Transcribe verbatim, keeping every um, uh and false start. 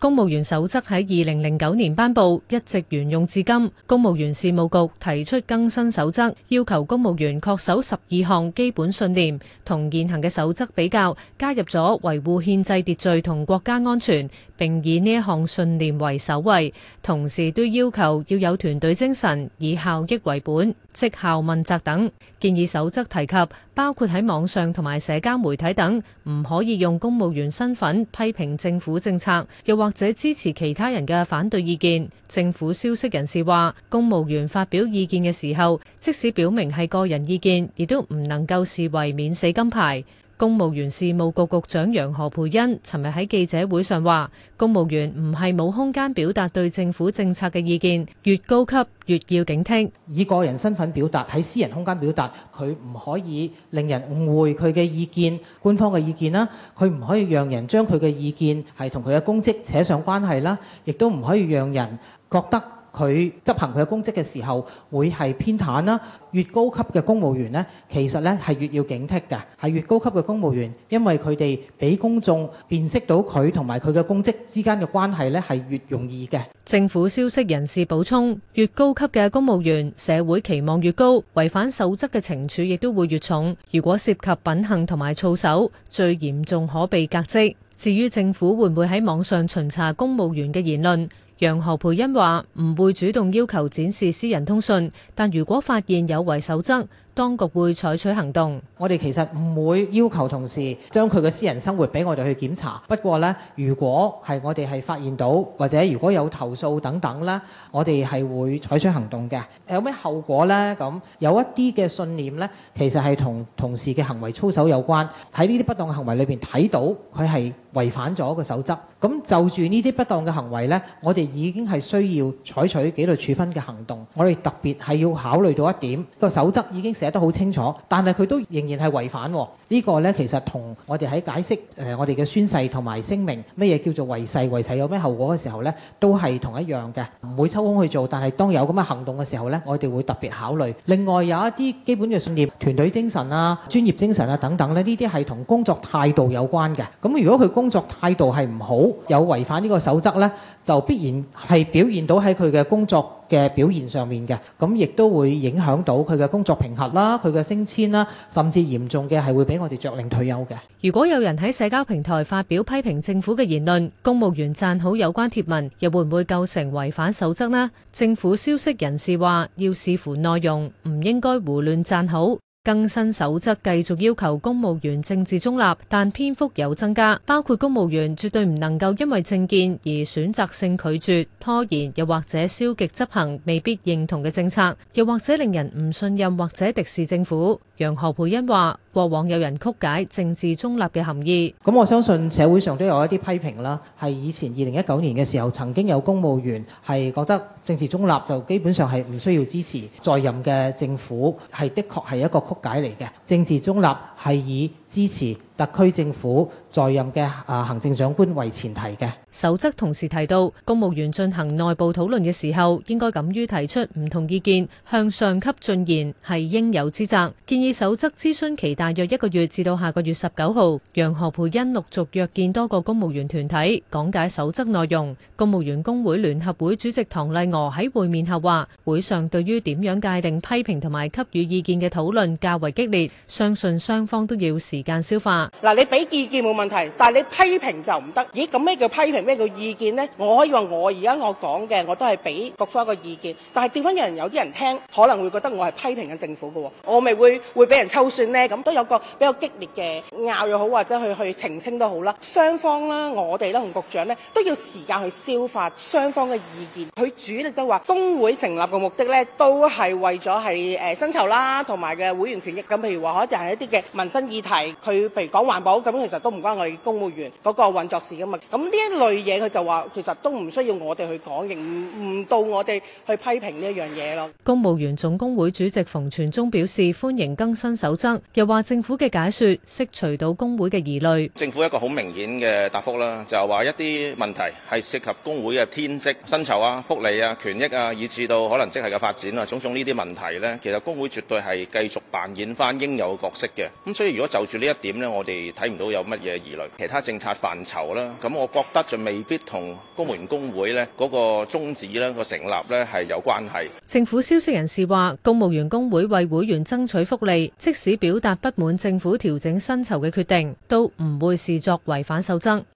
公務員守則喺二零零九年頒布，一直沿用至今。公務員事務局提出更新守則，要求公務員恪守十二項基本信念，同現行嘅守則比較，加入咗維護憲制秩序同國家安全，並以呢一項信念為首位。同時都要求要有團隊精神，以效益為本，績效問責等。建議守則提及，包括喺網上同埋社交媒體等，唔可以用公務員身份批評政府政策，又或者支持其他人嘅反對意見。政府消息人士話，公務員發表意見嘅時候，即使表明係個人意見，亦都唔能夠視為免死金牌。公務員事務局局長楊何蓓茵尋日喺記者會上話，公務員唔係冇空間表達對政府政策嘅意見，越高級越要警惕。 以個人身份表達，喺私人空間表達，佢唔可以令人誤會佢嘅意見，官方嘅意見啦，佢唔可以讓人將佢嘅意見係同佢嘅公職扯上關係啦，亦都唔可以讓人覺得佢執行佢嘅公職嘅時候會係偏袒啦。越高級嘅公務員呢，其實呢係越要警惕嘅，係越高級嘅公務員，因為佢哋俾公眾辨識到佢同埋佢嘅公職之間嘅關係呢，係越容易嘅。 政府消息人士補充，越高級嘅公務員，社會期望越高，違反守則嘅懲處亦都會越重。如果涉及品行同埋操守，最嚴重可被革職。至於政府會唔會喺網上巡查公務員嘅言論？楊何蓓茵話唔會主動要求展示私人通訊，但如果發現有違守則，當局會採取行動。 我哋其實唔會要求同事將佢嘅私人生活俾我哋去檢查。不過呢，如果係我哋係發現到，或者如果有投訴等等呢，我哋係會採取行動嘅。有咩後果呢？咁有一啲嘅信念呢，其實係同同事嘅行為操守有關。喺呢啲不當嘅行為裏邊睇到佢係違反咗個守則。咁就住呢啲不當嘅行為呢，我哋已經係需要採取紀律處分嘅行動。我哋特別係要考慮到一點，個守則已經寫得好清楚，但係佢都仍然係違反喎。呢個呢，其實同我哋喺解釋誒我哋嘅宣誓同埋聲明乜嘢叫做違誓，違誓有咩後果嘅時候呢，都係同一樣嘅，唔會抽空去做。但係當有咁嘅行動嘅時候呢，我哋會特別考慮。另外有一啲基本嘅信念、團隊精神啊、專業精神啊等等呢，呢啲係同工作態度有關嘅。咁如果佢工作態度係唔好，有違反呢個守則呢，就必然係表現到喺佢嘅工作嘅表現上面嘅，咁亦都會影響到佢嘅工作評核啦、佢嘅升遷啦，甚至嚴重嘅係會俾我哋着令退休嘅。 如果有人喺社交平台發表批評政府嘅言論，公務員讚好有關貼文，又會唔會構成違反守則呢？政府消息人士話，要視乎內容，唔應該胡亂讚好。更新守則繼續要求公務員政治中立，但篇幅有增加，包括公務員絕對唔能夠因為政見而選擇性拒絕、拖延，又或者消極執行未必認同嘅政策，又或者令人唔信任或者敵視政府。楊何蓓茵話：過往有人曲解政治中立嘅含義。 咁我相信社會上都有一啲批評啦，係以前二零一九年嘅時候曾經有公務員係覺得政治中立就基本上係唔需要支持在任嘅政府，係的確係一個曲解嚟嘅。政治中立係以支持特區政府在任嘅啊行政長官為前提嘅。 守則同時提到，公務員進行內部討論嘅時候，應該敢於提出唔同意見，向上級進言係應有之責。建議守則諮詢期大約一個月，至到下個月十九號。楊何蓓茵陸續約見多個公務員團體，講解守則內容。公務員工會聯合會主席唐麗娥喺會面後話，會上對於點樣界定批評同埋給予意見嘅討論較為激烈，相信雙方都要時間消化。 嗱，你俾意見冇問題，但係你批評就唔得。咦，咁咩叫批評？咩叫意見呢？我可以話我而家我講嘅，我都係俾局方一個意見。但係調翻轉，有啲人聽可能會覺得我係批評緊政府嘅喎，我咪會會俾人抽算呢？咁都有個比較激烈嘅拗又好，或者去去澄清都好啦。雙方啦，我哋啦同局長呢，都要時間去消化雙方嘅意見。佢主力都話工會成立嘅目的呢，都係為咗係誒薪酬啦，同埋嘅會員權益。咁譬如話，可能係一啲嘅民生議題，佢譬如講環保，咁其實都唔關我哋公務員嗰個運作事噶嘛。咁呢一類嘢，佢就話其實都唔需要我哋去講，亦唔唔到我哋去批評呢一樣嘢咯。 公務員總工會主席馮傳宗表示歡迎更新守則，又話政府嘅解說釋除到工會嘅疑慮。 政府一個好明顯嘅答覆啦，就係話一啲問題係涉及工會嘅天職、薪酬啊、福利啊、權益啊，以至到可能職系嘅發展啊，種種呢啲問題呢，其實工會絕對係繼續扮演翻應有嘅角色嘅。咁所以如果就住呢呢一點呢，我哋睇唔到有乜嘢疑慮。其他政策範疇啦，咁我覺得就未必同公務員工會呢嗰個宗旨呢個成立呢係有關係。 政府消息人士話，公務員工會為會員爭取福利，即使表達不滿政府調整薪酬嘅決定，都唔會視作違反守則。